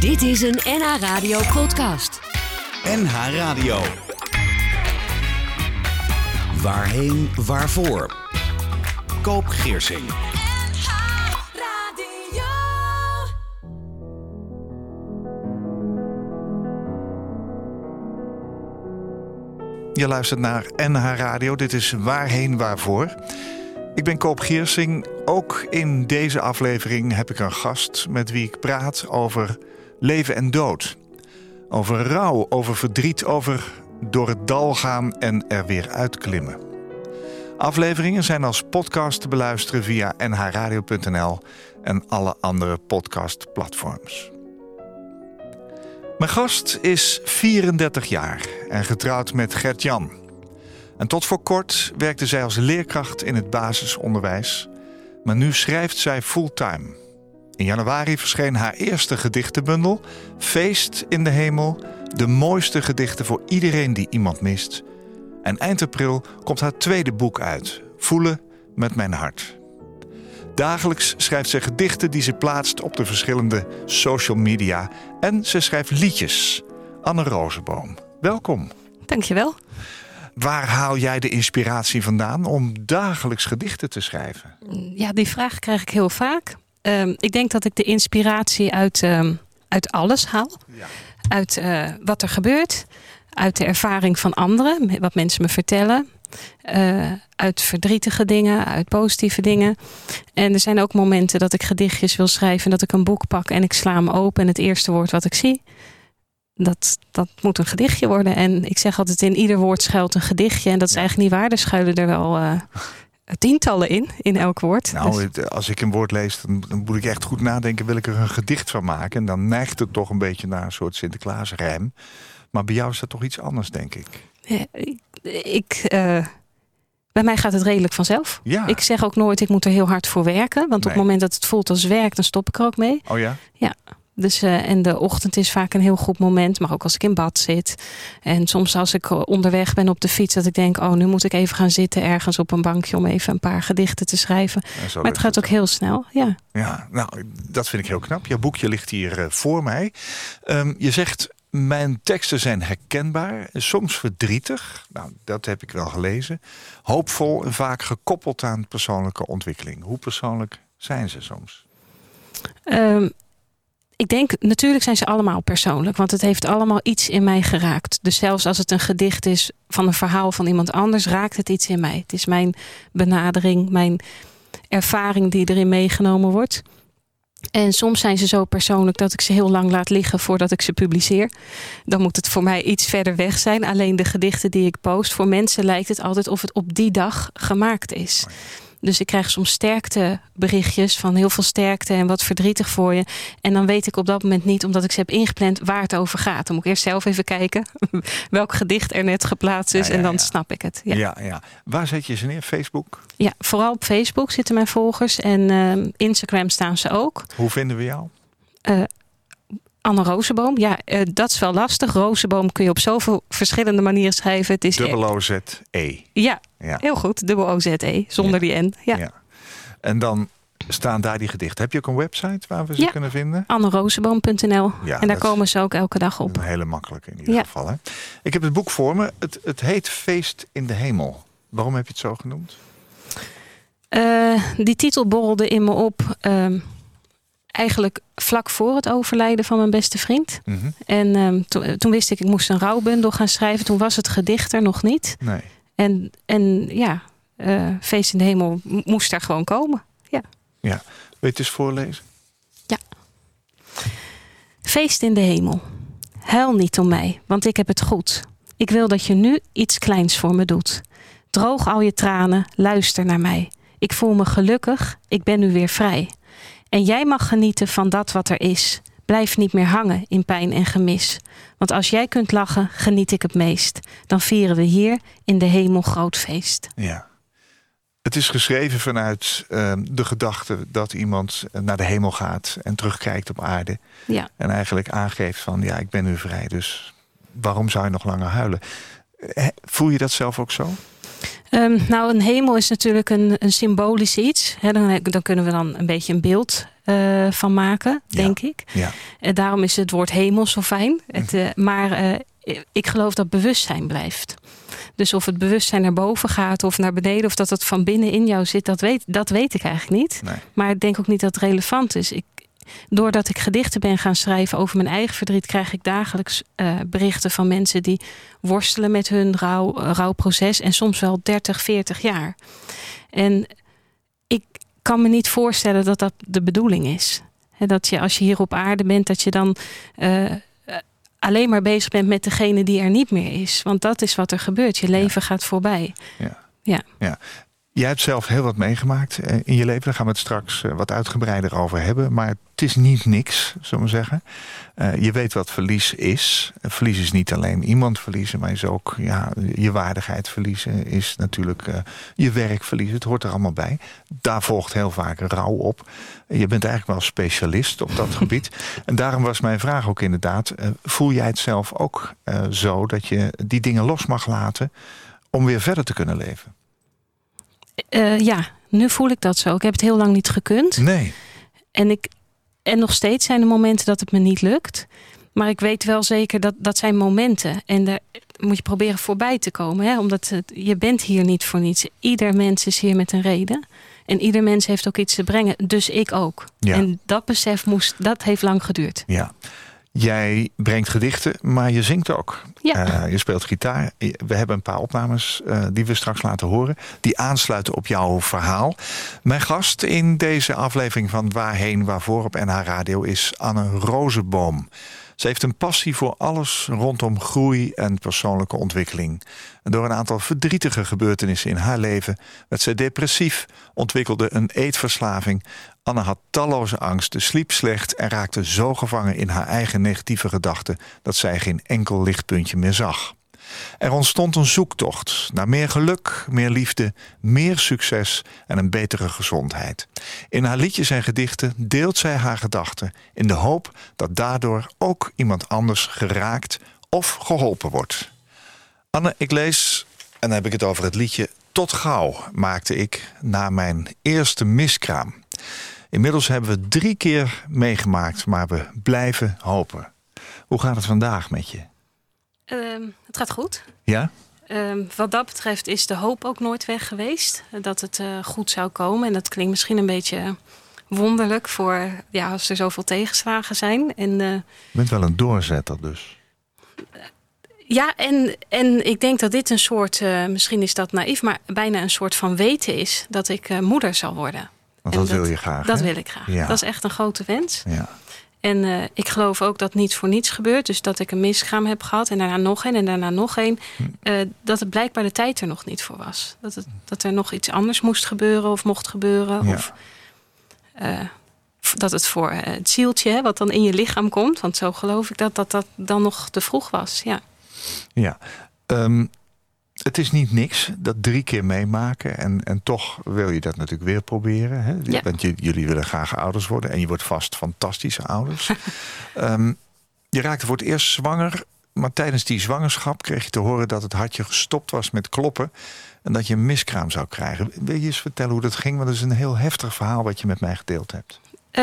Dit is een NH Radio podcast. NH Radio. Waarheen, waarvoor? Koop Geersing. NH Radio. Je luistert naar NH Radio. Dit is Waarheen, waarvoor? Ik ben Koop Geersing. Ook in deze aflevering heb ik een gast met wie ik praat over leven en dood. Over rouw, over verdriet, over door het dal gaan en er weer uitklimmen. Afleveringen zijn als podcast te beluisteren via nhradio.nl en alle andere podcastplatforms. Mijn gast is 34 jaar en getrouwd met Gert-Jan. En tot voor kort werkte zij als leerkracht in het basisonderwijs. Maar nu schrijft zij fulltime. In januari verscheen haar eerste gedichtenbundel, Feest in de Hemel. De mooiste gedichten voor iedereen die iemand mist. En eind april komt haar tweede boek uit, Voelen met mijn hart. Dagelijks schrijft ze gedichten die ze plaatst op de verschillende social media. En ze schrijft liedjes. Anne Rozenboom, welkom. Dankjewel. Waar haal jij de inspiratie vandaan om dagelijks gedichten te schrijven? Ja, die vraag krijg ik heel vaak. Ik denk dat ik de inspiratie uit alles haal. Ja. Uit wat er gebeurt. Uit de ervaring van anderen. Wat mensen me vertellen. Uit verdrietige dingen. Uit positieve dingen. En er zijn ook momenten dat ik gedichtjes wil schrijven. En dat ik een boek pak en ik sla hem open. En het eerste woord wat ik zie. Dat moet een gedichtje worden. En ik zeg altijd, in ieder woord schuilt een gedichtje. En dat is eigenlijk niet waar. Er schuilen er wel tientallen in elk woord. Nou, als ik een woord lees, dan moet ik echt goed nadenken. Wil ik er een gedicht van maken? En dan neigt het toch een beetje naar een soort Sinterklaasrijm. Maar bij jou is dat toch iets anders, denk ik. Ja, bij mij gaat het redelijk vanzelf. Ja. Ik zeg ook nooit, ik moet er heel hard voor werken. Want op het moment dat het voelt als werk, dan stop ik er ook mee. Oh ja? Ja. Dus, en de ochtend is vaak een heel goed moment. Maar ook als ik in bad zit. En soms als ik onderweg ben op de fiets. Dat ik denk, nu moet ik even gaan zitten ergens op een bankje. Om even een paar gedichten te schrijven. Maar het gaat ook heel snel. Ja. Ja, nou, dat vind ik heel knap. Jouw boekje ligt hier voor mij. Je zegt, mijn teksten zijn herkenbaar. Soms verdrietig. Nou, dat heb ik wel gelezen. Hoopvol en vaak gekoppeld aan persoonlijke ontwikkeling. Hoe persoonlijk zijn ze soms? Ik denk, natuurlijk zijn ze allemaal persoonlijk. Want het heeft allemaal iets in mij geraakt. Dus zelfs als het een gedicht is van een verhaal van iemand anders, raakt het iets in mij. Het is mijn benadering, mijn ervaring die erin meegenomen wordt. En soms zijn ze zo persoonlijk dat ik ze heel lang laat liggen voordat ik ze publiceer. Dan moet het voor mij iets verder weg zijn. Alleen de gedichten die ik post, voor mensen lijkt het altijd of het op die dag gemaakt is. Dus ik krijg soms sterkteberichtjes van heel veel sterkte en wat verdrietig voor je. En dan weet ik op dat moment niet, omdat ik ze heb ingepland, waar het over gaat. Dan moet ik eerst zelf even kijken welk gedicht er net geplaatst is. En dan snap ik het. Ja. Waar zet je ze neer? Facebook? Ja, vooral op Facebook zitten mijn volgers. En Instagram staan ze ook. Hoe vinden we jou? Anne Rozenboom. Ja, dat is wel lastig. Rozenboom kun je op zoveel verschillende manieren schrijven. Het is O-Z-E. Ja, heel goed. O-Z-E, zonder die N. Ja. En dan staan daar die gedichten. Heb je ook een website waar we ze kunnen vinden? annerozenboom.nl. Ja, en daar komen ze ook elke dag op. Een hele makkelijke in ieder geval. Hè? Ik heb het boek voor me. Het heet Feest in de Hemel. Waarom heb je het zo genoemd? Die titel borrelde in me op. Eigenlijk vlak voor het overlijden van mijn beste vriend. Mm-hmm. En toen wist ik moest een rouwbundel gaan schrijven. Toen was het gedicht er nog niet. Nee. En Feest in de Hemel moest daar gewoon komen. Ja. Wil je het eens voorlezen? Ja. Feest in de hemel. Huil niet om mij, want ik heb het goed. Ik wil dat je nu iets kleins voor me doet. Droog al je tranen, luister naar mij. Ik voel me gelukkig, ik ben nu weer vrij. En jij mag genieten van dat wat er is. Blijf niet meer hangen in pijn en gemis. Want als jij kunt lachen, geniet ik het meest. Dan vieren we hier in de hemel groot feest. Ja. Het is geschreven vanuit de gedachte dat iemand naar de hemel gaat en terugkijkt op aarde. Ja. En eigenlijk aangeeft van, ik ben nu vrij, dus waarom zou je nog langer huilen? Voel je dat zelf ook zo? Nou, een hemel is natuurlijk een symbolisch iets. Hè, dan kunnen we dan een beetje een beeld van maken, denk ik. Ja. Daarom is het woord hemel zo fijn. Maar ik geloof dat bewustzijn blijft. Dus of het bewustzijn naar boven gaat of naar beneden, of dat het van binnen in jou zit, dat weet ik eigenlijk niet. Nee. Maar ik denk ook niet dat het relevant is. Doordat ik gedichten ben gaan schrijven over mijn eigen verdriet, krijg ik dagelijks berichten van mensen die worstelen met hun rouwproces en soms wel 30, 40 jaar. En ik kan me niet voorstellen dat dat de bedoeling is. Dat je als je hier op aarde bent, dat je dan alleen maar bezig bent met degene die er niet meer is. Want dat is wat er gebeurt. Je leven gaat voorbij. Ja. Jij hebt zelf heel wat meegemaakt in je leven. Daar gaan we het straks wat uitgebreider over hebben. Maar het is niet niks, zullen we zeggen. Je weet wat verlies is. Verlies is niet alleen iemand verliezen, maar is ook je waardigheid verliezen. Is natuurlijk je werk verliezen. Het hoort er allemaal bij. Daar volgt heel vaak rouw op. Je bent eigenlijk wel specialist op dat gebied. En daarom was mijn vraag ook inderdaad, voel jij het zelf ook zo dat je die dingen los mag laten om weer verder te kunnen leven? Ja, nu voel ik dat zo. Ik heb het heel lang niet gekund. Nee. En nog steeds zijn er momenten dat het me niet lukt. Maar ik weet wel zeker dat zijn momenten. En daar moet je proberen voorbij te komen. Hè? Omdat je bent hier niet voor niets. Ieder mens is hier met een reden. En ieder mens heeft ook iets te brengen. Dus ik ook. Ja. En dat besef dat heeft lang geduurd. Ja. Jij brengt gedichten, maar je zingt ook. Ja. Je speelt gitaar. We hebben een paar opnames die we straks laten horen. Die aansluiten op jouw verhaal. Mijn gast in deze aflevering van Waarheen Waarvoor op NH Radio is Anne Rozenboom. Ze heeft een passie voor alles rondom groei en persoonlijke ontwikkeling. En door een aantal verdrietige gebeurtenissen in haar leven werd zij depressief, ontwikkelde een eetverslaving. Anne had talloze angsten, sliep slecht en raakte zo gevangen in haar eigen negatieve gedachten dat zij geen enkel lichtpuntje meer zag. Er ontstond een zoektocht naar meer geluk, meer liefde, meer succes en een betere gezondheid. In haar liedjes en gedichten deelt zij haar gedachten in de hoop dat daardoor ook iemand anders geraakt of geholpen wordt. Anne, ik lees, en dan heb ik het over het liedje Tot gauw maakte ik na mijn eerste miskraam. Inmiddels hebben we 3 keer meegemaakt, maar we blijven hopen. Hoe gaat het vandaag met je? Het gaat goed. Ja? Wat dat betreft is de hoop ook nooit weg geweest. Dat het goed zou komen. En dat klinkt misschien een beetje wonderlijk voor als er zoveel tegenslagen zijn. Je bent wel een doorzetter dus. Ja, en ik denk dat dit een soort, misschien is dat naïef, maar bijna een soort van weten is dat ik moeder zal worden. Want dat wil je graag. Dat hè? wil ik graag. Ja. Dat is echt een grote wens. Ja. En ik geloof ook dat niets voor niets gebeurt. Dus dat ik een miskraam heb gehad en daarna nog een en daarna nog een. Dat het blijkbaar de tijd er nog niet voor was. Dat er nog iets anders moest gebeuren of mocht gebeuren. Ja. Of dat het voor het zieltje wat dan in je lichaam komt. Want zo geloof ik dat dan nog te vroeg was. Ja. Het is niet niks, dat 3 keer meemaken. En toch wil je dat natuurlijk weer proberen. Hè? Ja. Want jullie willen graag ouders worden. En je wordt vast fantastische ouders. Je raakte voor het eerst zwanger. Maar tijdens die zwangerschap kreeg je te horen dat het hartje gestopt was met kloppen. En dat je een miskraam zou krijgen. Wil je eens vertellen hoe dat ging? Want het is een heel heftig verhaal wat je met mij gedeeld hebt.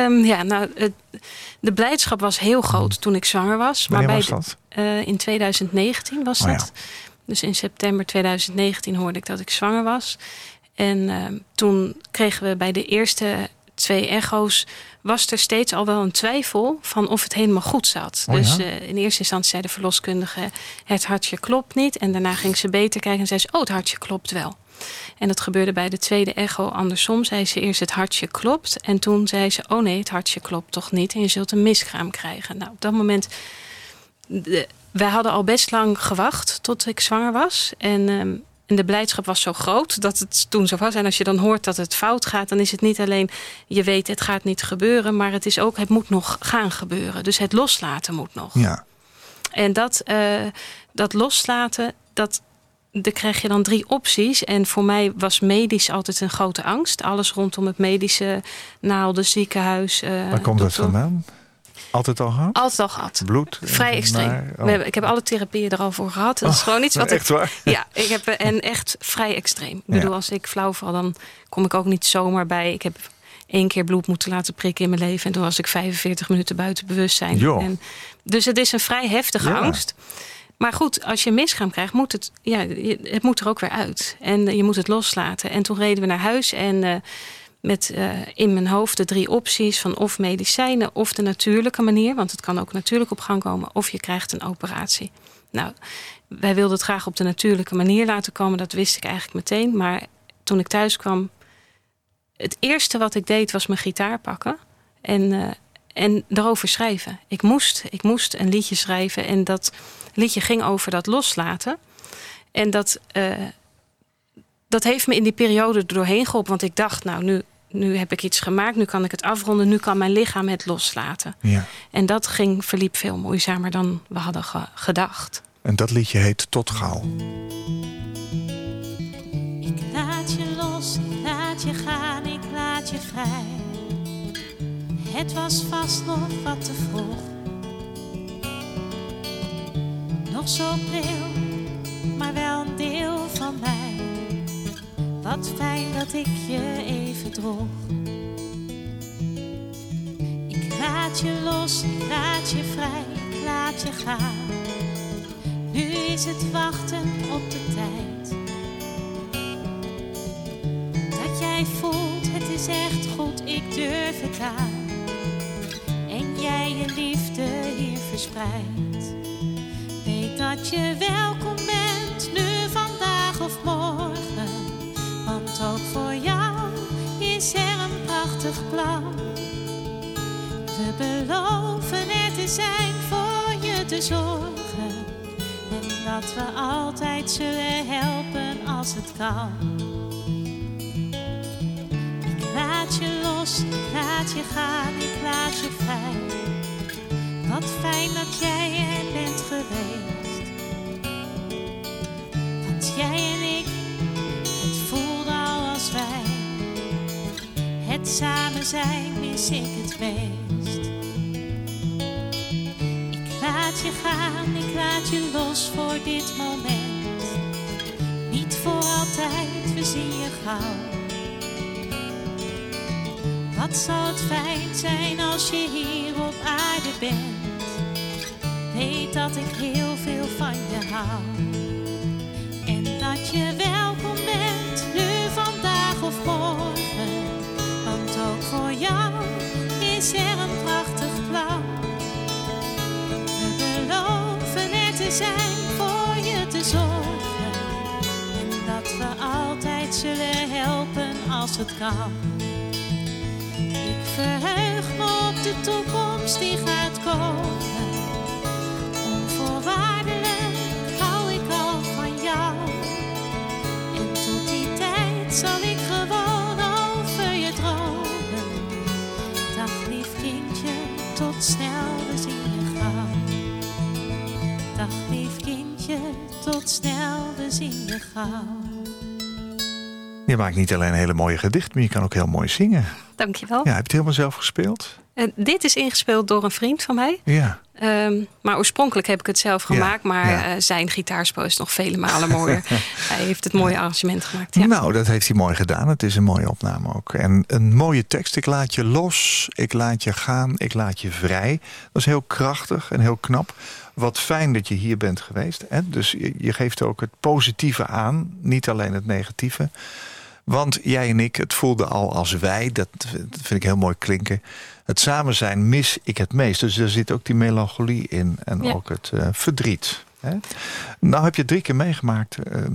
De blijdschap was heel groot toen ik zwanger was. Wanneer was dat? In 2019 was dat. Ja. Dus in september 2019 hoorde ik dat ik zwanger was. En toen kregen we bij de eerste 2 echo's was er steeds al wel een twijfel van of het helemaal goed zat. Dus in eerste instantie zei de verloskundige, het hartje klopt niet. En daarna ging ze beter kijken en zei ze, het hartje klopt wel. En dat gebeurde bij de tweede echo andersom. Zei ze eerst het hartje klopt. En toen zei ze, nee, het hartje klopt toch niet. En je zult een miskraam krijgen. Nou, op dat moment, wij hadden al best lang gewacht tot ik zwanger was. En de blijdschap was zo groot dat het toen zo was. En als je dan hoort dat het fout gaat, dan is het niet alleen, je weet het gaat niet gebeuren. Maar het is ook, het moet nog gaan gebeuren. Dus het loslaten moet nog. Ja. En dat loslaten, daar krijg je dan 3 opties. En voor mij was medisch altijd een grote angst. Alles rondom het medische, naalden, ziekenhuis. Waar komt dat vandaan? Altijd al gehad? Altijd al gehad. Bloed? Vrij extreem. Ik heb alle therapieën er al voor gehad. Dat is gewoon iets wat echt waar? Ja, en echt vrij extreem. Ik bedoel, als ik flauw val, dan kom ik ook niet zomaar bij. Ik heb 1 keer bloed moeten laten prikken in mijn leven. En toen was ik 45 minuten buiten bewustzijn. Dus het is een vrij heftige angst. Maar goed, als je een miskraam krijgt, moet het moet er ook weer uit. En je moet het loslaten. En toen reden we naar huis en met in mijn hoofd de 3 opties van of medicijnen of de natuurlijke manier. Want het kan ook natuurlijk op gang komen. Of je krijgt een operatie. Nou, wij wilden het graag op de natuurlijke manier laten komen. Dat wist ik eigenlijk meteen. Maar toen ik thuis kwam, het eerste wat ik deed was mijn gitaar pakken. En erover schrijven. Ik moest een liedje schrijven. En dat liedje ging over dat loslaten. En dat heeft me in die periode er doorheen geholpen. Want ik dacht, nou, nu heb ik iets gemaakt. Nu kan ik het afronden. Nu kan mijn lichaam het loslaten. Ja. En dat verliep veel moeizamer dan we hadden gedacht. En dat liedje heet Tot Gauw. Ik laat je los, ik laat je gaan, ik laat je vrij. Het was vast nog wat te vroeg. Nog zo pril, maar wel een deel van mij. Wat fijn dat ik je even droeg. Ik laat je los, ik laat je vrij, ik laat je gaan. Nu is het wachten op de tijd. Dat jij voelt, het is echt goed, ik durf het aan. En jij je liefde hier verspreidt. Weet dat je welkom bent, nu, vandaag of morgen. Want ook voor jou is er een prachtig plan. We beloven er te zijn, voor je te zorgen. En dat we altijd zullen helpen als het kan. Ik laat je los, ik laat je gaan, ik laat je vrij. Wat fijn dat jij er bent geweest. Want jij en ik, het voelde al als wij. Het samen zijn is ik het meest. Ik laat je gaan, ik laat je los voor dit moment. Niet voor altijd, we zien je gauw. Wat zal het fijn zijn als je hier op aarde bent. Weet dat ik heel veel van je hou. En dat je welkom bent, nu, vandaag of morgen. Want ook voor jou is er een prachtig plan. We beloven er te zijn, voor je te zorgen. En dat we altijd zullen helpen als het kan. Ik verheug me op de toekomst die gaat komen. Onvoorwaardelijk hou ik al van jou. En tot die tijd zal ik gewoon over je dromen. Dag lief kindje, tot snel, we zien je gauw. Dag lief kindje, tot snel, we zien je gauw. Je maakt niet alleen hele mooie gedichten, maar je kan ook heel mooi zingen. Dankjewel. Ja, heb je het helemaal zelf gespeeld? Dit is ingespeeld door een vriend van mij. Ja. Maar oorspronkelijk heb ik het zelf gemaakt. Maar zijn gitaarspel is nog vele malen mooier. Hij heeft het mooie arrangement gemaakt. Ja. Nou, dat heeft hij mooi gedaan. Het is een mooie opname ook. En een mooie tekst. Ik laat je los, ik laat je gaan, ik laat je vrij. Dat is heel krachtig en heel knap. Wat fijn dat je hier bent geweest. Hè? Dus je geeft ook het positieve aan. Niet alleen het negatieve. Want jij en ik, het voelde al als wij. Dat vind ik heel mooi klinken. Het samen zijn mis ik het meest. Dus er zit ook die melancholie in. En ook het verdriet. Hè? Nou heb je 3 keer meegemaakt.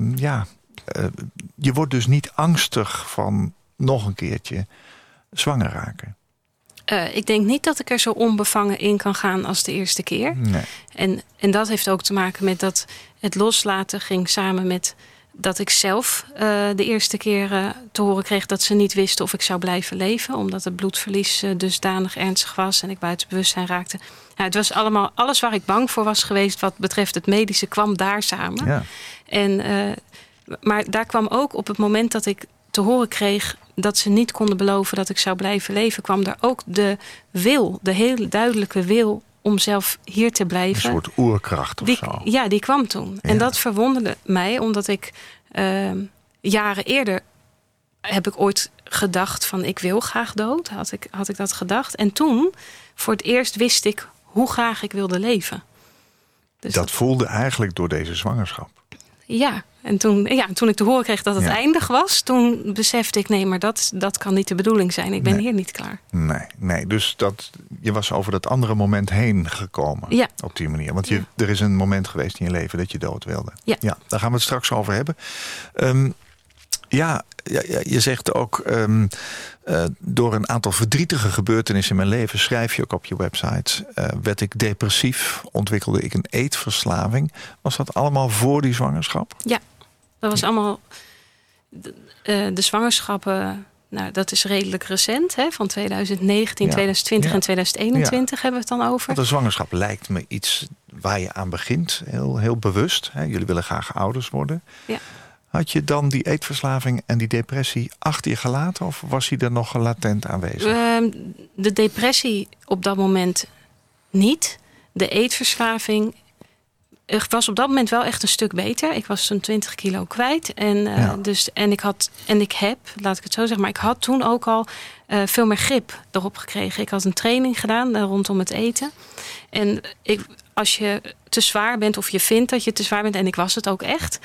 Je wordt dus niet angstig van nog een keertje zwanger raken. Ik denk niet dat ik er zo onbevangen in kan gaan als de eerste keer. Nee. En dat heeft ook te maken met dat het loslaten ging samen met dat ik zelf de eerste keer te horen kreeg dat ze niet wisten of ik zou blijven leven. Omdat het bloedverlies dusdanig ernstig was en ik buiten bewustzijn raakte. Nou, het was allemaal, alles waar ik bang voor was geweest wat betreft het medische kwam daar samen. Ja. Maar daar kwam ook op het moment dat ik te horen kreeg dat ze niet konden beloven dat ik zou blijven leven, kwam er ook de hele duidelijke wil om zelf hier te blijven. Een soort oerkracht of zo. Ja, die kwam toen. Ja. En dat verwonderde mij, omdat ik jaren eerder heb ik ooit gedacht van ik wil graag dood. Had ik dat gedacht. En toen, voor het eerst wist ik hoe graag ik wilde leven. Dus dat voelde eigenlijk door deze zwangerschap. Ja, en toen ik te horen kreeg dat het eindig was, toen besefte ik, nee, maar dat kan niet de bedoeling zijn. Ik ben hier niet klaar. Nee. Dus je was over dat andere moment heen gekomen. Ja. Op die manier. Want er is een moment geweest in je leven dat je dood wilde. Ja. Daar gaan we het straks over hebben. Je zegt ook, door een aantal verdrietige gebeurtenissen in mijn leven, schrijf je ook op je website, werd ik depressief, ontwikkelde ik een eetverslaving. Was dat allemaal voor die zwangerschap? Ja, dat was allemaal de zwangerschappen. Nou, dat is redelijk recent, hè? Van 2019, 2020 en 2021 hebben we het dan over. Want de zwangerschap lijkt me iets waar je aan begint, heel, heel bewust. Hè? Jullie willen graag ouders worden. Ja. Had je dan die eetverslaving en die depressie achter je gelaten? Of was die er nog latent aanwezig? De depressie op dat moment niet. De eetverslaving was op dat moment wel echt een stuk beter. Ik was zo'n 20 kilo kwijt. Ik heb, laat ik het zo zeggen, maar ik had toen ook al veel meer grip erop gekregen. Ik had een training gedaan rondom het eten. En als je te zwaar bent of je vindt dat je te zwaar bent, en ik was het ook echt,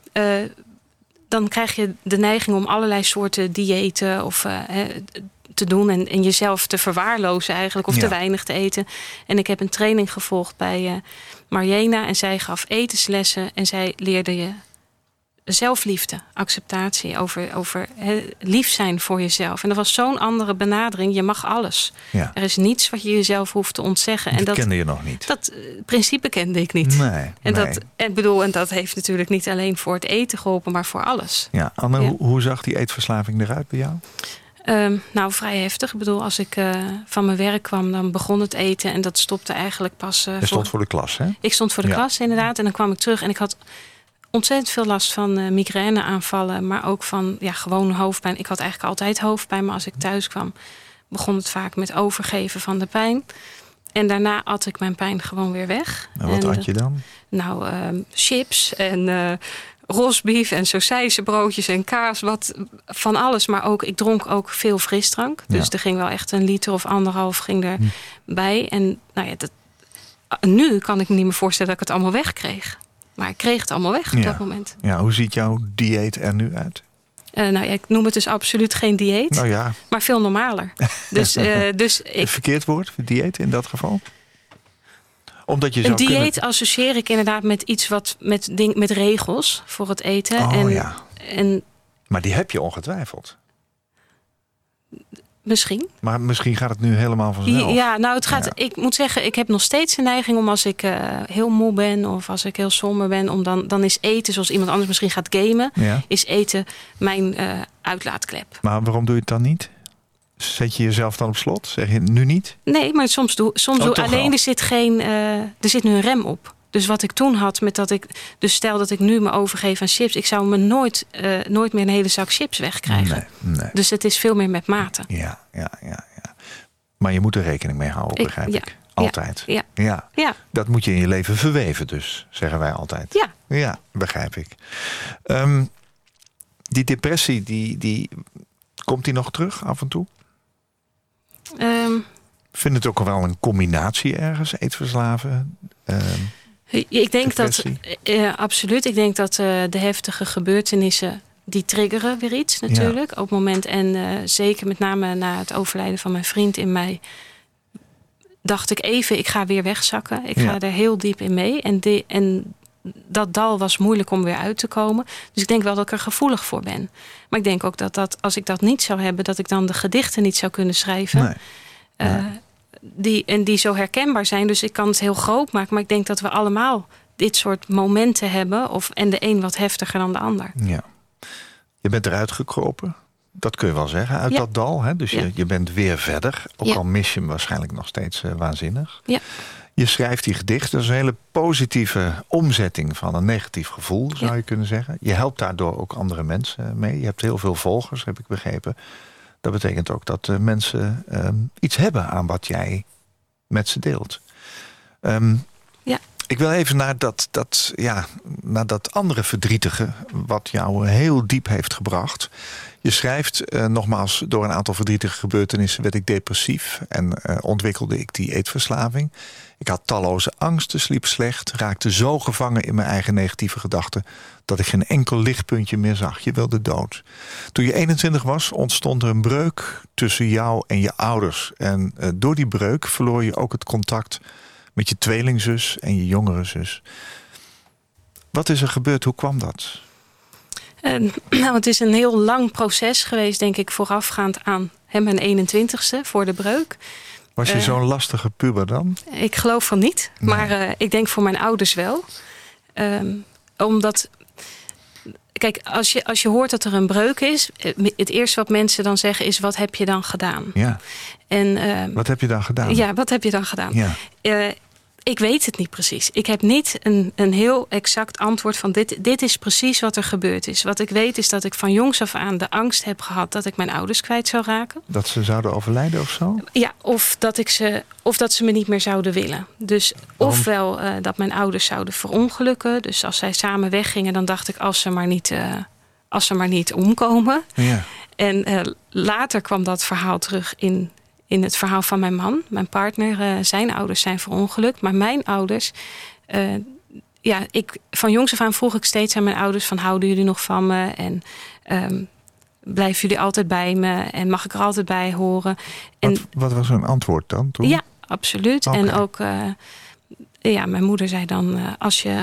dan krijg je de neiging om allerlei soorten diëten of te doen en jezelf te verwaarlozen eigenlijk, of te weinig te eten. En ik heb een training gevolgd bij Marjena en zij gaf etenslessen en zij leerde je zelfliefde, acceptatie, over lief zijn voor jezelf. En dat was zo'n andere benadering. Je mag alles. Ja. Er is niets wat je jezelf hoeft te ontzeggen. Dat kende je nog niet. Dat principe kende ik niet. En dat heeft natuurlijk niet alleen voor het eten geholpen, maar voor alles. Ja, Anne, hoe zag die eetverslaving eruit bij jou? Nou, vrij heftig. Ik bedoel, als ik van mijn werk kwam, dan begon het eten en dat stopte eigenlijk pas. Je stond voor de klas, hè? Ik stond voor de klas, inderdaad. En dan kwam ik terug en ik had ontzettend veel last van migraineaanvallen, maar ook van gewoon hoofdpijn. Ik had eigenlijk altijd hoofdpijn, maar als ik thuis kwam, begon het vaak met overgeven van de pijn. En daarna at ik mijn pijn gewoon weer weg. En wat had je dan? Chips en rosbief en sausijzenbroodjes en kaas, van alles. Maar ook, ik dronk ook veel frisdrank. Dus er ging wel echt 1 liter of 1,5 ging erbij. En nu kan ik me niet meer voorstellen dat ik het allemaal wegkreeg. Maar ik kreeg het allemaal weg op dat moment. Ja, hoe ziet jouw dieet er nu uit? Ik noem het dus absoluut geen dieet. Maar veel normaler. Verkeerd woord, dieet in dat geval? Omdat je een dieet associeer ik inderdaad met iets wat met regels voor het eten. Maar die heb je ongetwijfeld. Misschien. Maar misschien gaat het nu helemaal vanzelf. Ja, nou het gaat. Ja. Ik moet zeggen, ik heb nog steeds de neiging om als ik heel moe ben of als ik heel somber ben, om dan is eten, zoals iemand anders misschien gaat gamen, is eten mijn uitlaatklep. Maar waarom doe je het dan niet? Zet je jezelf dan op slot? Zeg je het nu niet? Nee, maar soms doe alleen. Er zit nu een rem op. Dus wat ik toen had met dat ik, dus stel dat ik nu me overgeef aan chips, ik zou me nooit meer een hele zak chips wegkrijgen. Nee. Dus het is veel meer met mate. Ja. Maar je moet er rekening mee houden, begrijp ik. Altijd. Ja. Dat moet je in je leven verweven, dus zeggen wij altijd. Ja, begrijp ik. Die depressie, die komt die nog terug af en toe? Vind het ook wel een combinatie ergens, eetverslaven? Ik denk depressie? Absoluut. Ik denk dat de heftige gebeurtenissen, die triggeren weer iets natuurlijk. Op het moment, en zeker met name na het overlijden van mijn vriend in mei, dacht ik even, ik ga weer wegzakken. Ik ga er heel diep in mee. En dat dal was moeilijk om weer uit te komen. Dus ik denk wel dat ik er gevoelig voor ben. Maar ik denk ook dat als ik dat niet zou hebben, dat ik dan de gedichten niet zou kunnen schrijven. Die zo herkenbaar zijn. Dus ik kan het heel groot maken. Maar ik denk dat we allemaal dit soort momenten hebben. En de een wat heftiger dan de ander. Ja. Je bent eruit gekropen. Dat kun je wel zeggen. Uit dat dal. Hè? Dus je bent weer verder. Ook al mis je hem waarschijnlijk nog steeds waanzinnig. Ja. Je schrijft die gedichten. Dat is een hele positieve omzetting van een negatief gevoel, zou je kunnen zeggen. Je helpt daardoor ook andere mensen mee. Je hebt heel veel volgers, heb ik begrepen. Dat betekent ook dat mensen iets hebben aan wat jij met ze deelt. Ik wil even naar dat andere verdrietige wat jou heel diep heeft gebracht. Je schrijft, nogmaals, door een aantal verdrietige gebeurtenissen werd ik depressief en ontwikkelde ik die eetverslaving. Ik had talloze angsten, sliep slecht, raakte zo gevangen in mijn eigen negatieve gedachten dat ik geen enkel lichtpuntje meer zag. Je wilde dood. Toen je 21 was, ontstond er een breuk tussen jou en je ouders. En door die breuk verloor je ook het contact met je tweelingzus en je jongere zus. Wat is er gebeurd? Hoe kwam dat? Het is een heel lang proces geweest, denk ik, voorafgaand aan mijn 21ste, voor de breuk. Was je zo'n lastige puber dan? Ik geloof van niet, nee. Maar ik denk voor mijn ouders wel. Omdat, kijk, als je hoort dat er een breuk is, het eerste wat mensen dan zeggen is, wat heb je dan gedaan? Ja. En, wat heb je dan gedaan? Ja, wat heb je dan gedaan? Ja. Ik weet het niet precies. Ik heb niet een heel exact antwoord van dit is precies wat er gebeurd is. Wat ik weet is dat ik van jongs af aan de angst heb gehad dat ik mijn ouders kwijt zou raken. Dat ze zouden overlijden of zo? Ja, of dat ze me niet meer zouden willen. Dus ofwel dat mijn ouders zouden verongelukken. Dus als zij samen weggingen, dan dacht ik als ze maar niet omkomen. Ja. En later kwam dat verhaal terug in het verhaal van mijn man, mijn partner. Zijn ouders zijn verongelukt. Maar mijn ouders, van jongs af aan vroeg ik steeds aan mijn ouders van, houden jullie nog van me? En blijven jullie altijd bij me? En mag ik er altijd bij horen? En, wat was hun antwoord dan toen? Ja, absoluut. Okay. En ook, mijn moeder zei dan,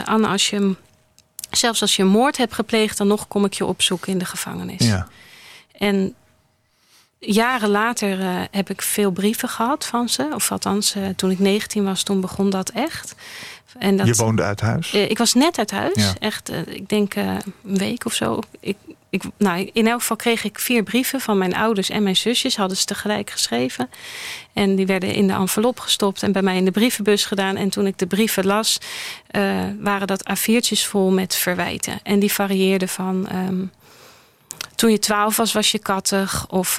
zelfs als je een moord hebt gepleegd, dan nog kom ik je opzoeken in de gevangenis. Ja. En jaren later heb ik veel brieven gehad van ze. Of althans, toen ik 19 was, toen begon dat echt. En dat, je woonde uit huis? Ik was net uit huis. Ja. Echt, ik denk een week of zo. In elk geval kreeg ik 4 brieven van mijn ouders en mijn zusjes. Hadden ze tegelijk geschreven. En die werden in de envelop gestopt en bij mij in de brievenbus gedaan. En toen ik de brieven las, waren dat A4'tjes vol met verwijten. En die varieerden van, toen je 12 was je kattig. Of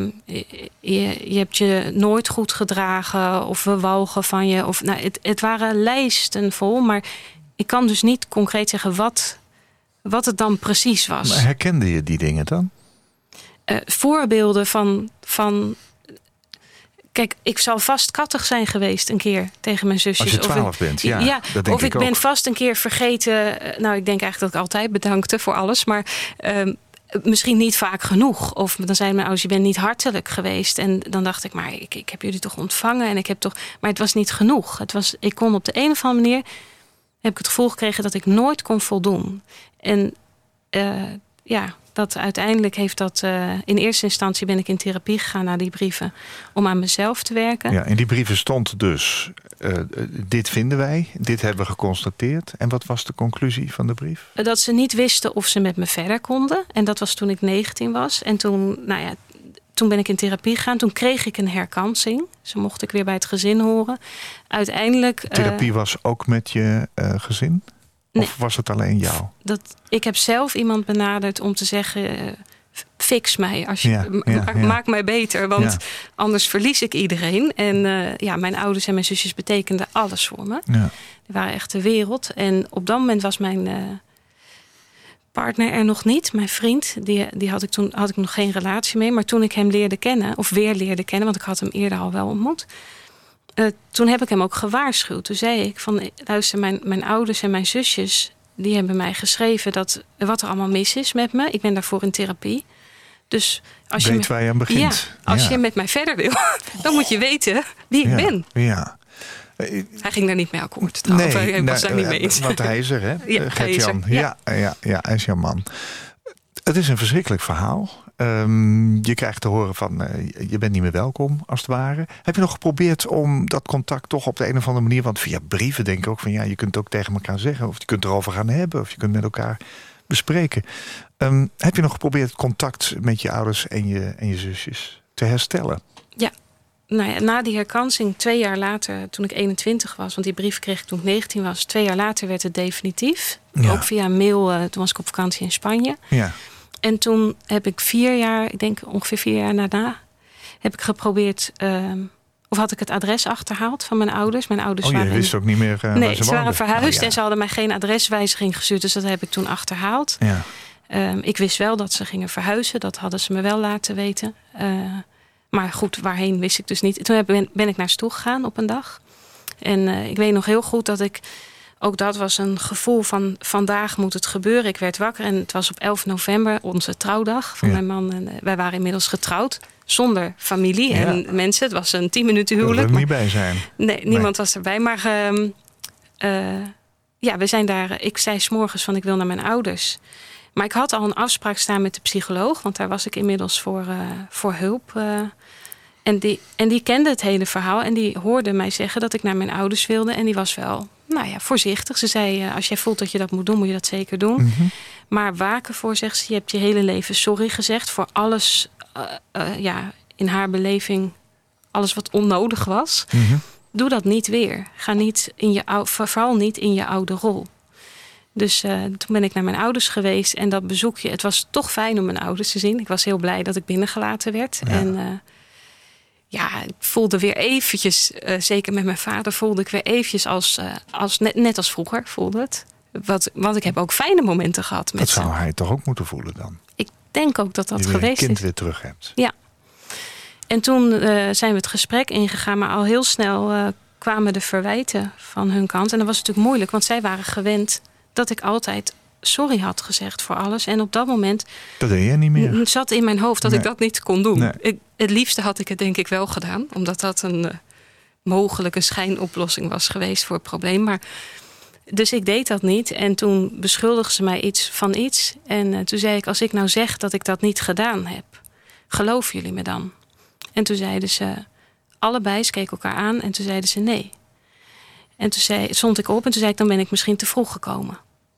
je hebt je nooit goed gedragen. Of we walgen van je. Of, het waren lijsten vol. Maar ik kan dus niet concreet zeggen wat het dan precies was. Maar herkende je die dingen dan? Voorbeelden van. Kijk, ik zal vast kattig zijn geweest een keer tegen mijn zusjes. Als je 12 bent, ja. Dat denk of ik ben ook. vast een keer vergeten. Ik denk eigenlijk dat ik altijd bedankte voor alles. Maar misschien niet vaak genoeg. Of dan zei mijn ouders, je bent niet hartelijk geweest. En dan dacht ik, maar ik heb jullie toch ontvangen. En ik heb toch. Maar het was niet genoeg. Ik kon op de een of andere manier. Heb ik het gevoel gekregen dat ik nooit kon voldoen. En dat uiteindelijk heeft dat. In eerste instantie ben ik in therapie gegaan naar die brieven. Om aan mezelf te werken. Ja, in die brieven stond dus. Dit vinden wij. Dit hebben we geconstateerd. En wat was de conclusie van de brief? Dat ze niet wisten of ze met me verder konden. En dat was toen ik 19 was. En toen, toen ben ik in therapie gegaan. Toen kreeg ik een herkansing. Dus mocht ik weer bij het gezin horen. Uiteindelijk. Therapie was ook met je gezin? Nee. Of was het alleen jou? Ik heb zelf iemand benaderd om te zeggen, fix mij. Maak mij beter, want anders verlies ik iedereen. En mijn ouders en mijn zusjes betekenden alles voor me. Ja. Die waren echt de wereld. En op dat moment was mijn partner er nog niet. Mijn vriend, die had ik nog geen relatie mee. Maar toen ik hem leerde kennen, want ik had hem eerder al wel ontmoet. Toen heb ik hem ook gewaarschuwd. Toen zei ik van, luister, mijn ouders en mijn zusjes, die hebben mij geschreven wat er allemaal mis is met me. Ik ben daarvoor in therapie. Dus als waar je aan begint. Ja, als je met mij verder wil, dan moet je weten wie ik ben. Ja. Hij ging daar niet mee akkoord. Hij was daar niet mee eens. Want hij is er, hè? Ja, Gert-Jan. Ja, hij is jouw man. Het is een verschrikkelijk verhaal. Je krijgt te horen van, je bent niet meer welkom, als het ware. Heb je nog geprobeerd om dat contact toch op de een of andere manier, want via brieven denk ik ook van, je kunt het ook tegen elkaar zeggen, of je kunt erover gaan hebben, of je kunt met elkaar bespreken. Heb je nog geprobeerd contact met je ouders en je zusjes te herstellen? Ja, na die herkansing 2 jaar later, toen ik 21 was... want die brief kreeg ik toen ik 19 was... 2 jaar later werd het definitief. Ja. Ook via mail, toen was ik op vakantie in Spanje. Ja. En toen heb ik 4 jaar, ik denk ongeveer 4 jaar daarna... heb ik geprobeerd... of had ik het adres achterhaald van mijn ouders. Mijn ouders je waren wist ook niet meer waar nee, ze ze waren verhuisd ja. en ze hadden mij geen adreswijziging gestuurd. Dus dat heb ik toen achterhaald. Ja. Ik wist wel dat ze gingen verhuizen. Dat hadden ze me wel laten weten. Maar goed, waarheen wist ik dus niet. Toen ben ik naar ze toe gegaan op een dag. En ik weet nog heel goed dat ik... Ook dat was een gevoel van vandaag moet het gebeuren. Ik werd wakker en het was op 11 november onze trouwdag van mijn man. En wij waren inmiddels getrouwd. Zonder familie en mensen. Het was een 10 minuten huwelijk. Ik wil er niet bij zijn. Nee, niemand was erbij. Maar we zijn daar... Ik zei 's morgens van ik wil naar mijn ouders. Maar ik had al een afspraak staan met de psycholoog. Want daar was ik inmiddels voor hulp. En die kende het hele verhaal. En die hoorde mij zeggen dat ik naar mijn ouders wilde. En die was wel voorzichtig. Ze zei, als jij voelt dat je dat moet doen, moet je dat zeker doen. Mm-hmm. Maar waken voor, zegt ze, je hebt je hele leven sorry gezegd. Voor alles, in haar beleving, alles wat onnodig was. Mm-hmm. Doe dat niet weer. Ga niet vooral niet in je oude rol. Dus toen ben ik naar mijn ouders geweest. En dat bezoekje, het was toch fijn om mijn ouders te zien. Ik was heel blij dat ik binnengelaten werd. Ja. En ik voelde weer eventjes, zeker met mijn vader, voelde ik weer eventjes als net als vroeger voelde het. Want ik heb ook fijne momenten gehad met ze. Dat zou hij toch ook moeten voelen dan? Ik denk ook dat geweest is. geweest Je kind is. weer terug hebt. Ja. En toen zijn we het gesprek ingegaan, maar al heel snel kwamen de verwijten van hun kant. En dat was natuurlijk moeilijk, want zij waren gewend dat ik altijd sorry had gezegd voor alles. En op dat moment... Dat deed je niet meer. Zat in mijn hoofd dat ik dat niet kon doen. Nee. Het liefste had ik het denk ik wel gedaan. Omdat dat een mogelijke schijnoplossing was geweest voor het probleem. Maar, dus ik deed dat niet. En toen beschuldigden ze mij van iets. En toen zei ik, als ik nou zeg dat ik dat niet gedaan heb, geloven jullie me dan? En toen zeiden ze allebei, ze keken elkaar aan. En toen zeiden ze nee. En toen stond ik op en toen zei ik, dan ben ik misschien te vroeg gekomen.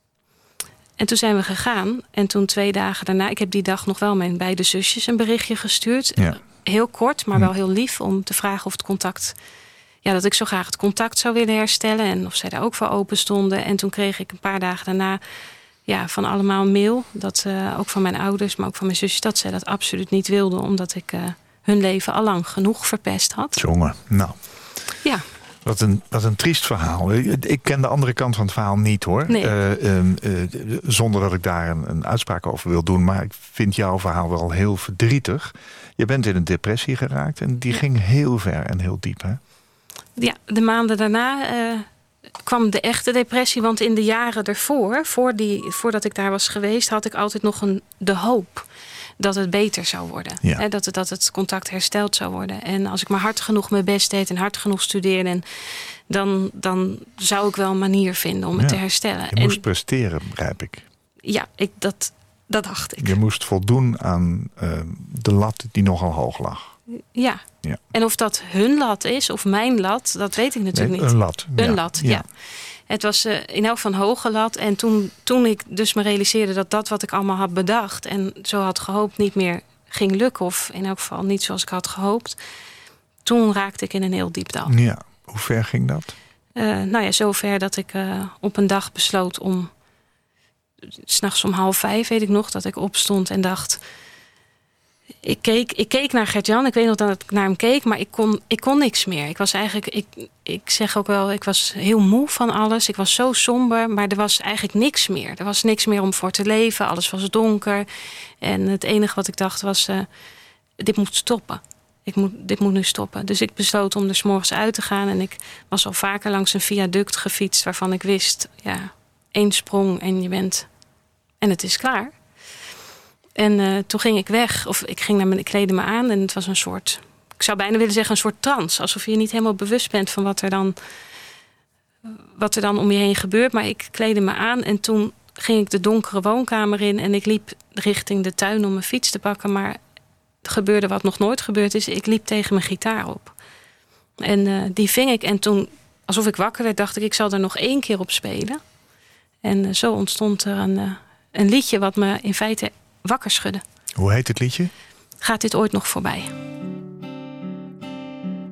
En toen zijn we gegaan. En toen 2 dagen daarna... Ik heb die dag nog wel mijn beide zusjes een berichtje gestuurd. Ja. Heel kort, maar wel heel lief. Om te vragen of het contact... Ja, dat ik zo graag het contact zou willen herstellen. En of zij daar ook voor open stonden. En toen kreeg ik een paar dagen daarna... van allemaal een mail. Dat, ook van mijn ouders, maar ook van mijn zusjes... dat zij dat absoluut niet wilden. Omdat ik hun leven allang genoeg verpest had. Jongen, nou... Ja. Wat een triest verhaal. Ik ken de andere kant van het verhaal niet hoor. Nee. Zonder dat ik daar een uitspraak over wil doen. Maar ik vind jouw verhaal wel heel verdrietig. Je bent in een depressie geraakt. En die ging heel ver en heel diep. Hè? Ja, de maanden daarna kwam de echte depressie. Want in de jaren ervoor, voordat ik daar was geweest... had ik altijd nog de hoop dat het beter zou worden. Ja. Hè, dat het contact hersteld zou worden. En als ik maar hard genoeg mijn best deed en hard genoeg studeerde... dan zou ik wel een manier vinden om het te herstellen. Je moest presteren, begrijp ik. Ja, dat dacht ik. Je moest voldoen aan de lat die nogal hoog lag. Ja. En of dat hun lat is of mijn lat, dat weet ik natuurlijk niet. Een lat. Een lat, ja. Het was in elk van hoge lat. En toen ik dus me realiseerde dat wat ik allemaal had bedacht... en zo had gehoopt niet meer ging lukken... of in elk geval niet zoals ik had gehoopt... toen raakte ik in een heel diep dal. Ja, hoe ver ging dat? Zo ver dat ik op een dag besloot om... 's nachts om 4:30 weet ik nog, dat ik opstond en dacht... Ik keek naar Gert-Jan. Ik weet nog dat ik naar hem keek, maar ik kon niks meer. Ik was eigenlijk, ik zeg ook wel, ik was heel moe van alles. Ik was zo somber, maar er was eigenlijk niks meer. Er was niks meer om voor te leven. Alles was donker. En het enige wat ik dacht was, dit moet stoppen. Dit moet nu stoppen. Dus ik besloot om er 's morgens uit te gaan. En ik was al vaker langs een viaduct gefietst waarvan ik wist, 1 sprong en je bent... En het is klaar. En toen ging ik weg. Of ik kleedde me aan. En het was een soort... Ik zou bijna willen zeggen een soort trance. Alsof je niet helemaal bewust bent van wat er dan om je heen gebeurt. Maar ik kleedde me aan. En toen ging ik de donkere woonkamer in. En ik liep richting de tuin om mijn fiets te pakken. Maar er gebeurde wat nog nooit gebeurd is. Ik liep tegen mijn gitaar op. En die ving ik. En toen, alsof ik wakker werd, dacht ik zal er nog 1 keer op spelen. En zo ontstond er een liedje wat me in feite... wakker schudden. Hoe heet het liedje? Gaat dit ooit nog voorbij?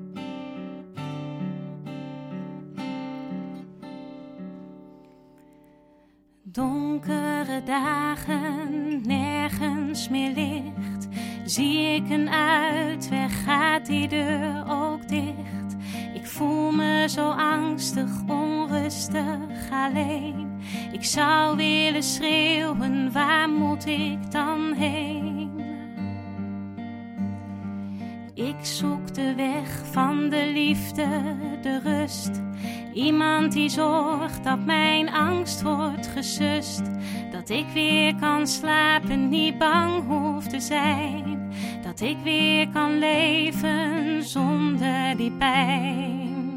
Donkere dagen, nergens meer licht. Zie ik een uitweg, gaat die deur ook dicht. Ik voel me zo angstig, onrustig, alleen. Ik zou willen schreeuwen, waar moet ik dan heen? Ik zoek de weg van de liefde, de rust. Iemand die zorgt dat mijn angst wordt gesust. Dat ik weer kan slapen, niet bang hoef te zijn. Dat ik weer kan leven zonder die pijn.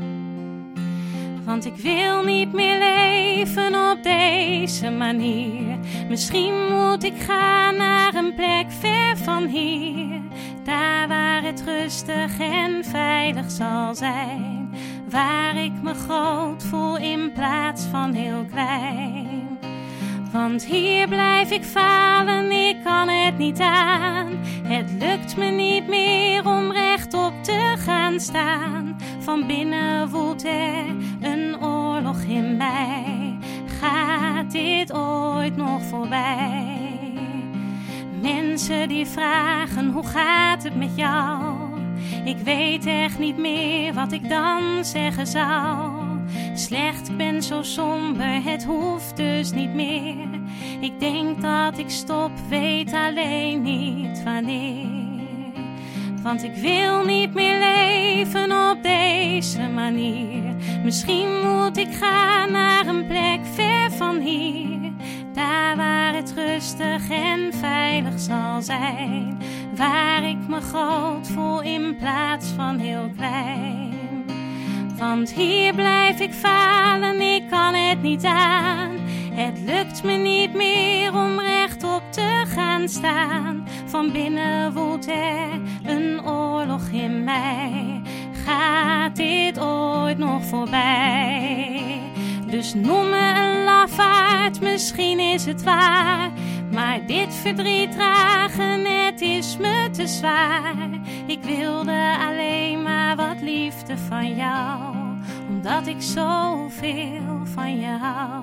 Want ik wil niet meer leven op deze manier. Misschien moet ik gaan naar een plek ver van hier. Daar waar het rustig en veilig zal zijn. Waar ik me groot voel in plaats van heel klein. Want hier blijf ik falen, ik kan het niet aan. Het lukt me niet meer om rechtop te gaan staan. Van binnen woedt er een oorlog in mij. Gaat dit ooit nog voorbij? Mensen die vragen, hoe gaat het met jou? Ik weet echt niet meer wat ik dan zeggen zou. Slecht, ik ben zo somber, het hoeft dus niet meer. Ik denk dat ik stop, weet alleen niet wanneer. Want ik wil niet meer leven op deze manier. Misschien moet ik gaan naar een plek ver van hier. Daar waar het rustig en veilig zal zijn. Waar ik me groot voel in plaats van heel klein. Want hier blijf ik falen, ik kan het niet aan. Het lukt me niet meer om rechtop te gaan staan. Van binnen woedt er een oorlog in mij. Gaat dit ooit nog voorbij? Dus noem me een lafaard, misschien is het waar. Maar dit verdriet dragen, het is me te zwaar. Ik wilde alleen maar wat liefde van jou. Omdat ik zoveel van je hou.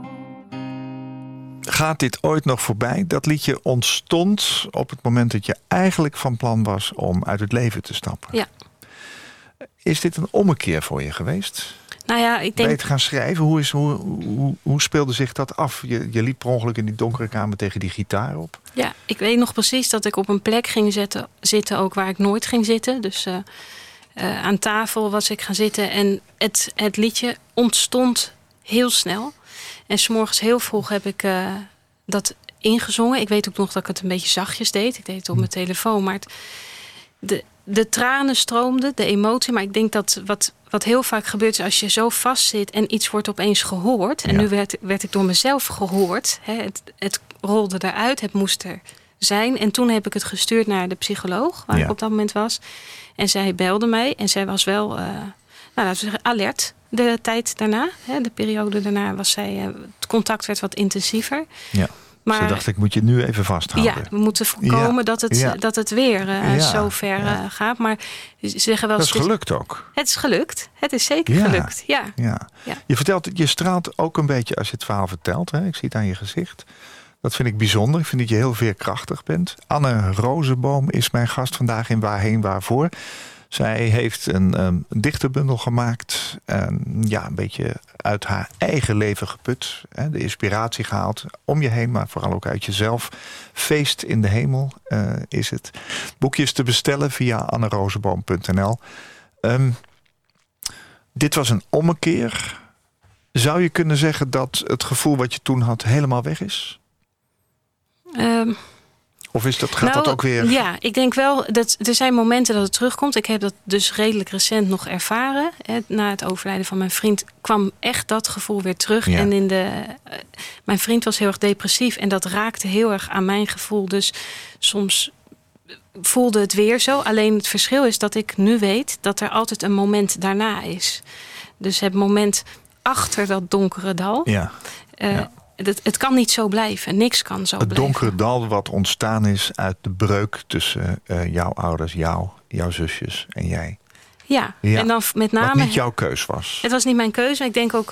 Gaat dit ooit nog voorbij? Dat liedje ontstond op het moment dat je eigenlijk van plan was om uit het leven te stappen. Ja. Is dit een ommekeer voor je geweest? Nou ja, ik denk... Ben je het gaan schrijven? Hoe speelde zich dat af? Je liep per ongeluk in die donkere kamer tegen die gitaar op. Ja, ik weet nog precies dat ik op een plek ging zitten ook waar ik nooit ging zitten. Dus aan tafel was ik gaan zitten en het liedje ontstond heel snel. En 's morgens heel vroeg heb ik dat ingezongen. Ik weet ook nog dat ik het een beetje zachtjes deed. Ik deed het op mijn telefoon, maar de tranen stroomden, de emotie. Maar ik denk dat wat heel vaak gebeurt is als je zo vast zit en iets wordt opeens gehoord. En nu werd ik door mezelf gehoord. Hè, het rolde eruit, het moest er zijn. En toen heb ik het gestuurd naar de psycholoog, waar ik op dat moment was. En zij belde mij en zij was wel, laten we zeggen, alert. De tijd daarna, de periode daarna, was zij, het contact werd wat intensiever. Ja. Maar ze dacht, ik moet je nu even vasthouden. Ja, we moeten voorkomen dat het weer zo ver gaat. Maar ze zeggen wel... Dat is gelukt ook. Het is gelukt. Het is zeker gelukt. Ja. Je vertelt, je straalt ook een beetje als je het verhaal vertelt. Hè? Ik zie het aan je gezicht. Dat vind ik bijzonder. Ik vind dat je heel veerkrachtig bent. Anne Rozenboom is mijn gast vandaag in Waarheen Waarvoor. Zij heeft een dichterbundel gemaakt. Een beetje uit haar eigen leven geput. De inspiratie gehaald om je heen, maar vooral ook uit jezelf. Feest in de hemel is het. Boekjes te bestellen via annerozenboom.nl. Dit was een ommekeer. Zou je kunnen zeggen dat het gevoel wat je toen had helemaal weg is? Of gaat dat ook weer... Ja, ik denk wel dat er zijn momenten dat het terugkomt. Ik heb dat dus redelijk recent nog ervaren. Na het overlijden van mijn vriend kwam echt dat gevoel weer terug. Ja. En mijn vriend was heel erg depressief. En dat raakte heel erg aan mijn gevoel. Dus soms voelde het weer zo. Alleen het verschil is dat ik nu weet dat er altijd een moment daarna is. Dus het moment achter dat donkere dal... Het kan niet zo blijven. Niks kan zo blijven. Het donkere dal wat ontstaan is uit de breuk tussen jouw ouders, jouw zusjes en jij. Ja, en dan met name... Wat niet jouw keus was. Het was niet mijn keuze. Ik denk ook,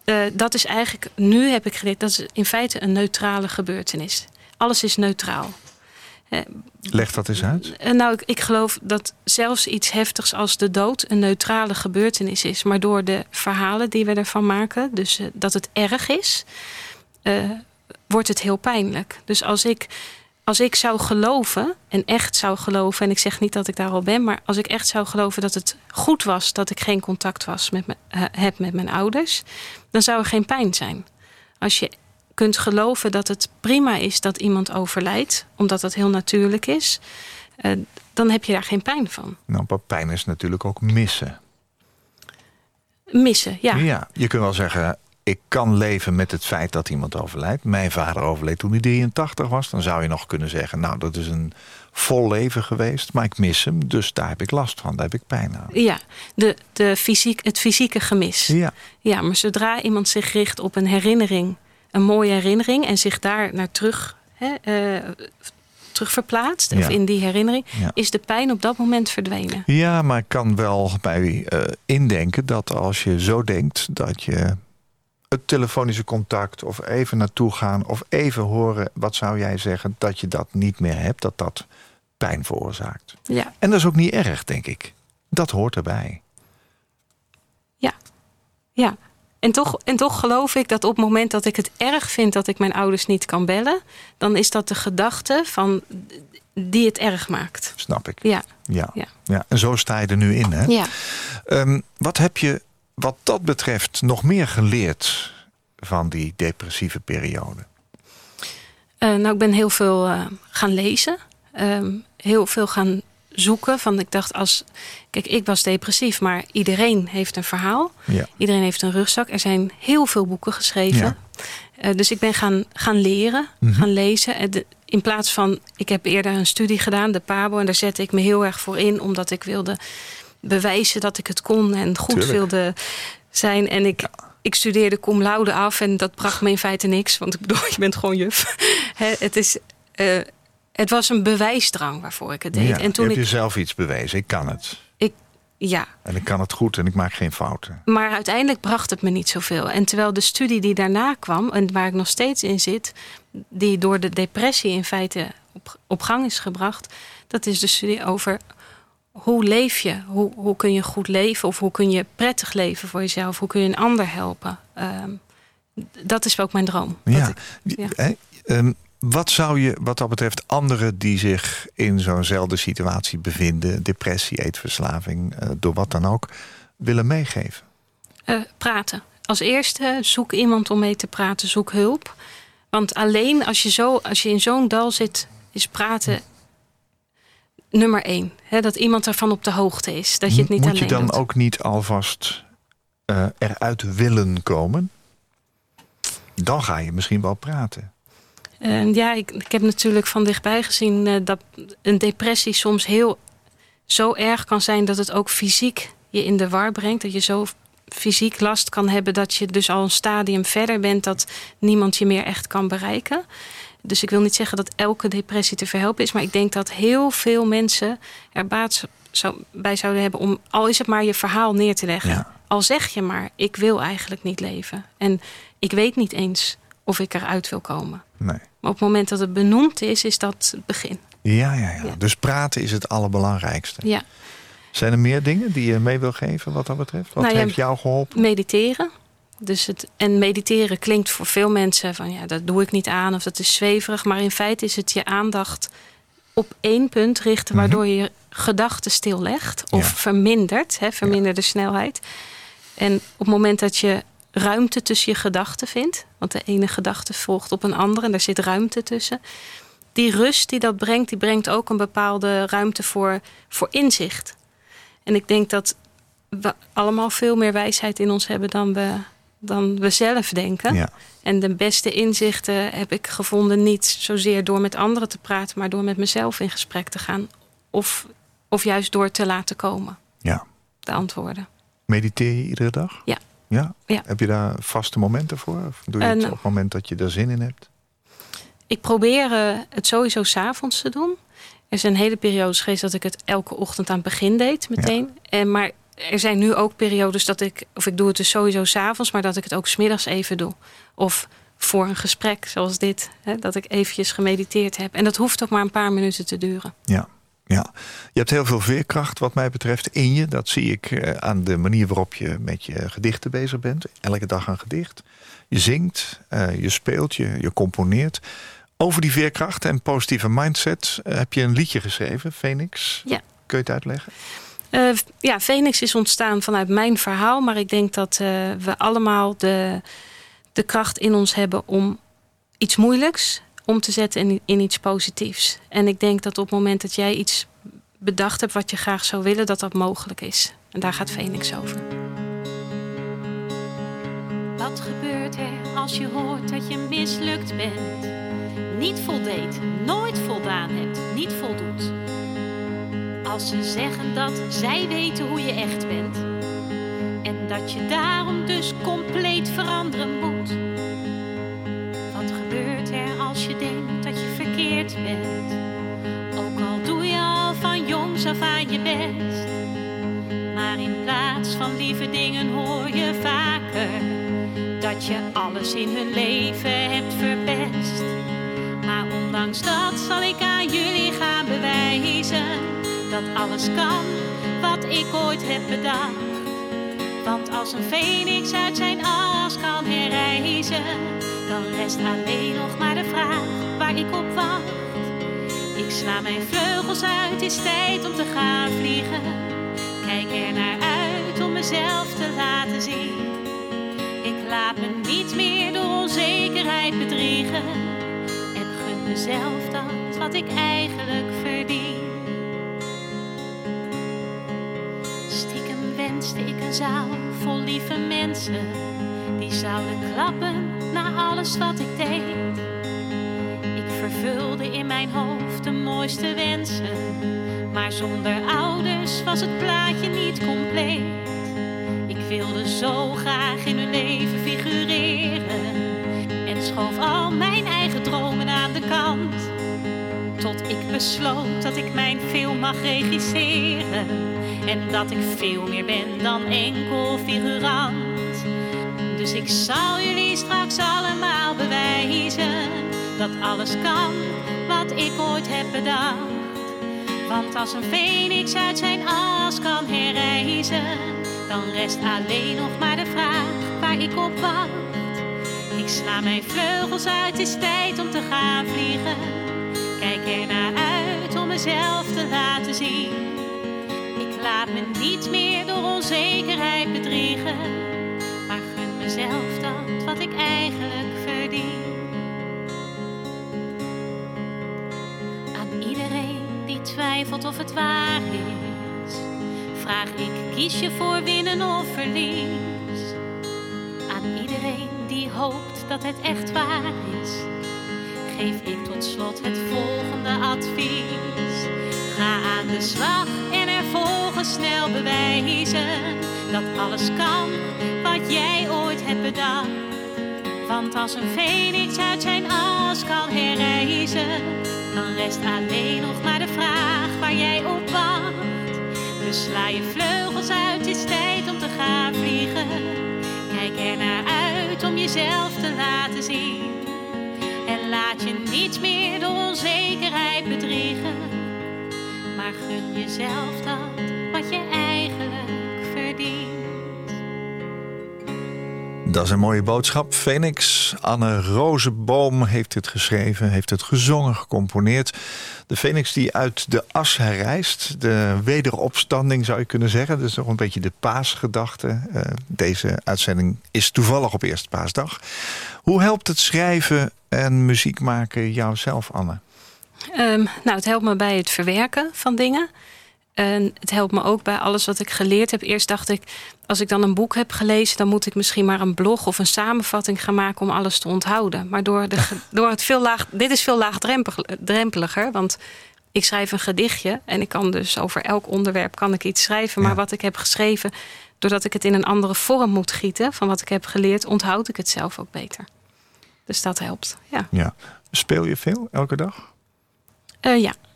dat is eigenlijk, nu heb ik geleerd, dat is in feite een neutrale gebeurtenis. Alles is neutraal. Leg dat eens uit. Ik geloof dat zelfs iets heftigs als de dood een neutrale gebeurtenis is. Maar door de verhalen die we ervan maken, dus dat het erg is, wordt het heel pijnlijk. Dus als ik zou geloven, en echt zou geloven, en ik zeg niet dat ik daar al ben, maar als ik echt zou geloven dat het goed was dat ik geen contact heb met mijn ouders, dan zou er geen pijn zijn. Als je kunt geloven dat het prima is dat iemand overlijdt, omdat dat heel natuurlijk is, dan heb je daar geen pijn van. Nou, maar pijn is natuurlijk ook missen. Missen, ja. Ja, je kunt wel zeggen, ik kan leven met het feit dat iemand overlijdt. Mijn vader overleed toen hij 83 was. Dan zou je nog kunnen zeggen, nou, dat is een vol leven geweest, maar ik mis hem, dus daar heb ik last van, daar heb ik pijn aan. Ja, het fysieke gemis. Ja, maar zodra iemand zich richt op een herinnering, een mooie herinnering, en zich daar naar terug verplaatst, of in die herinnering, is de pijn op dat moment verdwenen. Ja, maar ik kan wel bij indenken dat als je zo denkt, dat je het telefonische contact of even naartoe gaan of even horen, wat zou jij zeggen, dat je dat niet meer hebt, dat pijn veroorzaakt. Ja. En dat is ook niet erg, denk ik. Dat hoort erbij. Ja. En toch geloof ik dat op het moment dat ik het erg vind dat ik mijn ouders niet kan bellen, dan is dat de gedachte van die het erg maakt. Snap ik. Ja. En zo sta je er nu in, hè? Ja. Wat heb je wat dat betreft nog meer geleerd van die depressieve periode? Ik ben heel veel gaan lezen. Heel veel gaan zoeken. Ik dacht, kijk, ik was depressief, maar iedereen heeft een verhaal. Ja. Iedereen heeft een rugzak. Er zijn heel veel boeken geschreven. Ja. Dus ik ben gaan leren, gaan lezen. In plaats van, ik heb eerder een studie gedaan, de PABO, en daar zette ik me heel erg voor in, omdat ik wilde bewijzen dat ik het kon en goed wilde zijn. En ik studeerde cum laude af en dat bracht me in feite niks. Want ik bedoel, je bent gewoon juf. Het was een bewijsdrang waarvoor ik het deed. Ja, en toen heb je zelf iets bewezen. Ik kan het. Ja. En ik kan het goed en ik maak geen fouten. Maar uiteindelijk bracht het me niet zoveel. En terwijl de studie die daarna kwam, en waar ik nog steeds in zit, die door de depressie in feite op gang is gebracht, dat is de studie over hoe leef je? Hoe kun je goed leven? Of hoe kun je prettig leven voor jezelf? Hoe kun je een ander helpen? Dat is ook mijn droom. Wat zou je wat dat betreft anderen die zich in zo'nzelfde situatie bevinden, depressie, eetverslaving, door wat dan ook, willen meegeven? Praten. Als eerste zoek iemand om mee te praten, zoek hulp. Want alleen als je in zo'n dal zit, is praten nummer 1. Dat iemand ervan op de hoogte is. Dat je het niet alleen doet. Moet je dan ook niet alvast eruit willen komen? Dan ga je misschien wel praten. Ik heb natuurlijk van dichtbij gezien dat een depressie soms zo erg kan zijn dat het ook fysiek je in de war brengt. Dat je zo fysiek last kan hebben dat je dus al een stadium verder bent dat niemand je meer echt kan bereiken. Dus ik wil niet zeggen dat elke depressie te verhelpen is, maar ik denk dat heel veel mensen er baat bij zouden hebben om, al is het maar je verhaal neer te leggen. Ja. Al zeg je maar, ik wil eigenlijk niet leven. En ik weet niet eens of ik eruit wil komen. Nee. Maar op het moment dat het benoemd is dat het begin. Ja. Dus praten is het allerbelangrijkste. Ja. Zijn er meer dingen die je mee wil geven wat dat betreft? Wat heeft jou geholpen? Mediteren. En mediteren klinkt voor veel mensen van dat doe ik niet aan of dat is zweverig. Maar in feite is het je aandacht op één punt richten, waardoor je gedachten stillegt of vermindert. Verminder de snelheid. En op het moment dat je ruimte tussen je gedachten vindt, want de ene gedachte volgt op een andere en daar zit ruimte tussen. Die rust die dat brengt, die brengt ook een bepaalde ruimte voor inzicht. En ik denk dat we allemaal veel meer wijsheid in ons hebben dan we zelf denken. Ja. En de beste inzichten heb ik gevonden niet zozeer door met anderen te praten, maar door met mezelf in gesprek te gaan. Of juist door te laten komen. Ja. De antwoorden. Mediteer je iedere dag? Ja. Ja? Heb je daar vaste momenten voor? Of doe je het op het moment dat je er zin in hebt? Ik probeer het sowieso 's avonds te doen. Er is een hele periode geweest dat ik het elke ochtend aan het begin deed meteen. Ja. Maar er zijn nu ook periodes dat ik doe het dus sowieso 's avonds, maar dat ik het ook 's middags even doe. Of voor een gesprek zoals dit, dat ik eventjes gemediteerd heb. En dat hoeft ook maar een paar minuten te duren. Ja. Je hebt heel veel veerkracht wat mij betreft in je. Dat zie ik aan de manier waarop je met je gedichten bezig bent. Elke dag een gedicht. Je zingt, je speelt, je componeert. Over die veerkracht en positieve mindset heb je een liedje geschreven, Phoenix. Ja. Kun je het uitleggen? Phoenix is ontstaan vanuit mijn verhaal. Maar ik denk dat we allemaal de kracht in ons hebben om iets moeilijks om te zetten in iets positiefs. En ik denk dat op het moment dat jij iets bedacht hebt wat je graag zou willen, dat mogelijk is. En daar gaat Phoenix over. Wat gebeurt er als je hoort dat je mislukt bent? Niet voldeed, nooit voldaan hebt, niet voldoet. Als ze zeggen dat zij weten hoe je echt bent. En dat je daarom dus compleet veranderen moet. Wat gebeurt er als je denkt dat je verkeerd bent? Ook al doe je al van jongs af aan je best. Maar in plaats van lieve dingen hoor je vaker dat je alles in hun leven hebt verpest. Maar ondanks dat zal ik aan jullie gaan bewijzen dat alles kan wat ik ooit heb bedacht. Want als een Phoenix uit zijn as kan herrijzen, dan rest alleen nog maar de vraag waar ik op wacht. Ik sla mijn vleugels uit, het is tijd om te gaan vliegen. Kijk er naar uit om mezelf te laten zien. Ik laat me niet meer door onzekerheid bedriegen. En gun mezelf dat wat ik eigenlijk verdien. Stiekem wenste ik een zaal vol lieve mensen. Die zouden klappen na alles wat ik deed. Ik vervulde in mijn hoofd de mooiste wensen. Maar zonder ouders was het plaatje niet compleet. Ik wilde zo graag in hun leven figureren. En schoof al mijn eigen dromen aan de kant. Tot ik besloot dat ik mijn film mag regisseren. En dat ik veel meer ben dan enkel figurant. Dus ik zal jullie straks allemaal bewijzen dat alles kan wat ik ooit heb bedacht. Want als een Phoenix uit zijn as kan herrijzen, dan rest alleen nog maar de vraag waar ik op wacht. Ik sla mijn vleugels uit, het is tijd om te gaan vliegen. Kijk er naar uit om mezelf te laten zien. Ik laat me niet meer door onzekerheid bedriegen. Maar gun mezelf dat wat ik eigenlijk verdien. Aan iedereen die twijfelt of het waar is, vraag ik, kies je voor winnen of verlies? Aan iedereen die hoopt dat het echt waar is, geef ik tot slot het volgende advies. Ga aan de slag en er volgens snel bewijzen dat alles kan wat jij ooit hebt bedacht. Want als een Phoenix uit zijn as kan herrijzen, dan rest alleen nog maar de vraag waar jij op wacht. Dus sla je vleugels uit, het is tijd om te gaan vliegen. Kijk er naar uit om jezelf te laten zien. En laat je niet meer door onzekerheid bedriegen. Maar gun jezelf dat wat je eigenlijk verdient. Dat is een mooie boodschap. Phoenix, Anne Rozenboom heeft het geschreven, heeft het gezongen, gecomponeerd. De Phoenix die uit de as herrijst. De wederopstanding zou je kunnen zeggen. Dat is nog een beetje de paasgedachte. Deze uitzending is toevallig op Eerste Paasdag. Hoe helpt het schrijven en muziek maken jouzelf, Anne? Het helpt me bij het verwerken van dingen. En het helpt me ook bij alles wat ik geleerd heb. Eerst dacht ik, als ik dan een boek heb gelezen, dan moet ik misschien maar een blog of een samenvatting gaan maken om alles te onthouden. Maar dit is veel laagdrempeliger, want ik schrijf een gedichtje en ik kan dus over elk onderwerp kan ik iets schrijven. Maar wat ik heb geschreven, doordat ik het in een andere vorm moet gieten van wat ik heb geleerd, onthoud ik het zelf ook beter. Dus dat helpt. Ja. Speel je veel elke dag? Ja.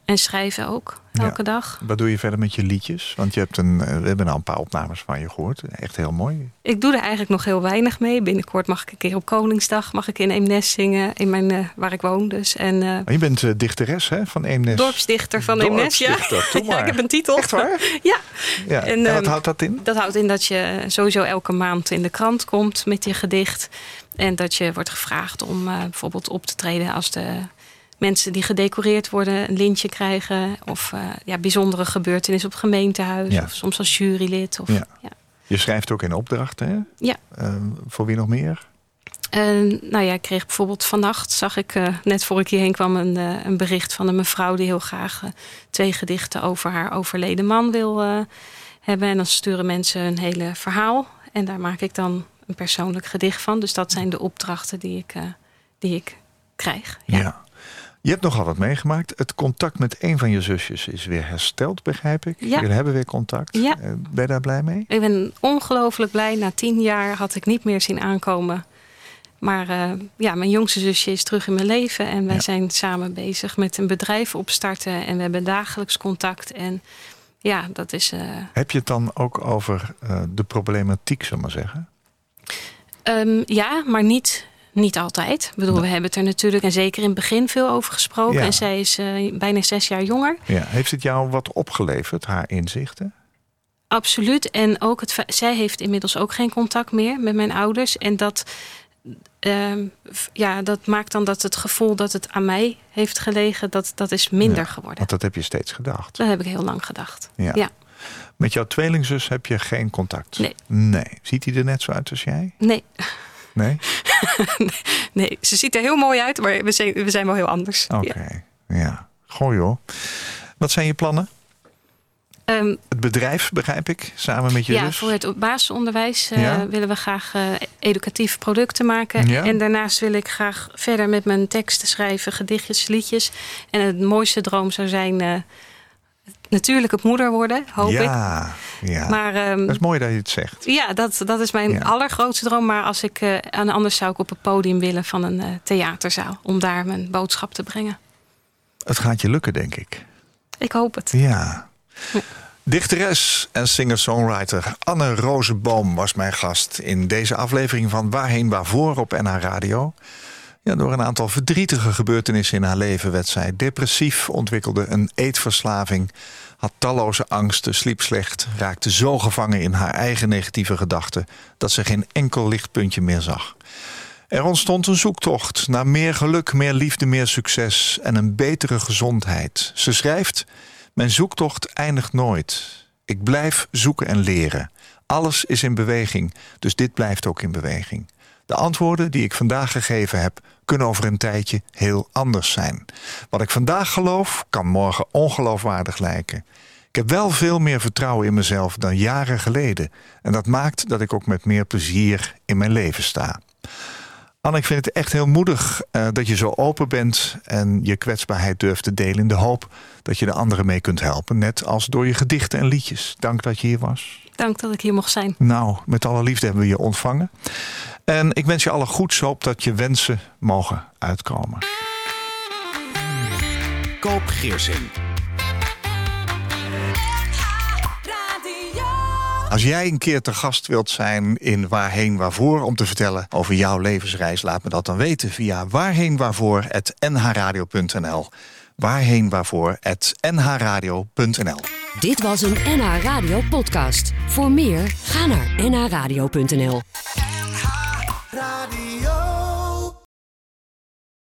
En schrijven ook, elke dag. Wat doe je verder met je liedjes? Want we hebben nou een paar opnames van je gehoord. Echt heel mooi. Ik doe er eigenlijk nog heel weinig mee. Binnenkort mag ik een keer op Koningsdag, mag ik in Eemnes zingen, in mijn, waar ik woon dus. En, je bent dichteres, hè, van Eemnes? Dorpsdichter van Eemnes, ja. Ja, ik heb een titel. Echt waar? Ja. En wat houdt dat in? Dat houdt in dat je sowieso elke maand in de krant komt met je gedicht. En dat je wordt gevraagd om bijvoorbeeld op te treden als de mensen die gedecoreerd worden een lintje krijgen. Of bijzondere gebeurtenissen op het gemeentehuis. Ja. Of soms als jurylid. Ja. Je schrijft ook in opdrachten, hè? Ja. Voor wie nog meer? Ik kreeg bijvoorbeeld vannacht, zag ik net voor ik hierheen kwam, een bericht van een mevrouw die heel graag 2 gedichten over haar overleden man wil hebben. En dan sturen mensen een hele verhaal. En daar maak ik dan een persoonlijk gedicht van. Dus dat zijn de opdrachten die ik krijg. Ja. Je hebt nogal wat meegemaakt. Het contact met een van je zusjes is weer hersteld, begrijp ik. Ja. Jullie hebben weer contact. Ja. Ben je daar blij mee? Ik ben ongelooflijk blij. Na 10 jaar had ik niet meer zien aankomen. Maar mijn jongste zusje is terug in mijn leven. En wij zijn samen bezig met een bedrijf opstarten. En we hebben dagelijks contact. En ja, dat is... Heb je het dan ook over de problematiek, zullen we maar zeggen? Ja, maar niet altijd. Ik bedoel, we hebben het er natuurlijk en zeker in het begin veel over gesproken. Ja. En zij is bijna 6 jaar jonger. Ja. Heeft het jou wat opgeleverd, haar inzichten? Absoluut. En ook zij heeft inmiddels ook geen contact meer met mijn ouders. En dat maakt dan dat het gevoel dat het aan mij heeft gelegen, dat is minder geworden. Want dat heb je steeds gedacht. Dat heb ik heel lang gedacht. Ja. Met jouw tweelingzus heb je geen contact? Nee. Ziet hij er net zo uit als jij? Nee. Nee? Nee, ze ziet er heel mooi uit, maar we zijn wel heel anders. Oké. Ja. Goh joh. Wat zijn je plannen? Het bedrijf, begrijp ik, samen met je zus? Ja, voor het basisonderwijs willen we graag educatieve producten maken. Ja. En daarnaast wil ik graag verder met mijn teksten schrijven, gedichtjes, liedjes. En het mooiste droom zou zijn natuurlijk het moeder worden, hoop ik. Ja. Maar, dat is mooi dat je het zegt. Ja, dat is mijn allergrootste droom. Maar als ik anders zou ik op het podium willen van een theaterzaal. Om daar mijn boodschap te brengen. Het gaat je lukken, denk ik. Ik hoop het. Ja. Dichteres en singer-songwriter Anne Rozenboom was mijn gast in deze aflevering van Waarheen Waarvoor op NH Radio. Ja, door een aantal verdrietige gebeurtenissen in haar leven werd zij depressief, ontwikkelde een eetverslaving, had talloze angsten, sliep slecht, raakte zo gevangen in haar eigen negatieve gedachten dat ze geen enkel lichtpuntje meer zag. Er ontstond een zoektocht naar meer geluk, meer liefde, meer succes en een betere gezondheid. Ze schrijft: mijn zoektocht eindigt nooit. Ik blijf zoeken en leren. Alles is in beweging, dus dit blijft ook in beweging. De antwoorden die ik vandaag gegeven heb, kunnen over een tijdje heel anders zijn. Wat ik vandaag geloof, kan morgen ongeloofwaardig lijken. Ik heb wel veel meer vertrouwen in mezelf dan jaren geleden. En dat maakt dat ik ook met meer plezier in mijn leven sta. Anne, ik vind het echt heel moedig dat je zo open bent en je kwetsbaarheid durft te delen in de hoop dat je de anderen mee kunt helpen. Net als door je gedichten en liedjes. Dank dat je hier was. Dank dat ik hier mocht zijn. Nou, met alle liefde hebben we je ontvangen. En ik wens je alle goeds, hoop dat je wensen mogen uitkomen. Koop Geersing. Als jij een keer te gast wilt zijn in Waarheen Waarvoor om te vertellen over jouw levensreis, laat me dat dan weten via waarheenwaarvoor@nhradio.nl. Waarheenwaarvoor@nhradio.nl. Dit was een NH Radio podcast. Voor meer, ga naar nhradio.nl. NH Radio.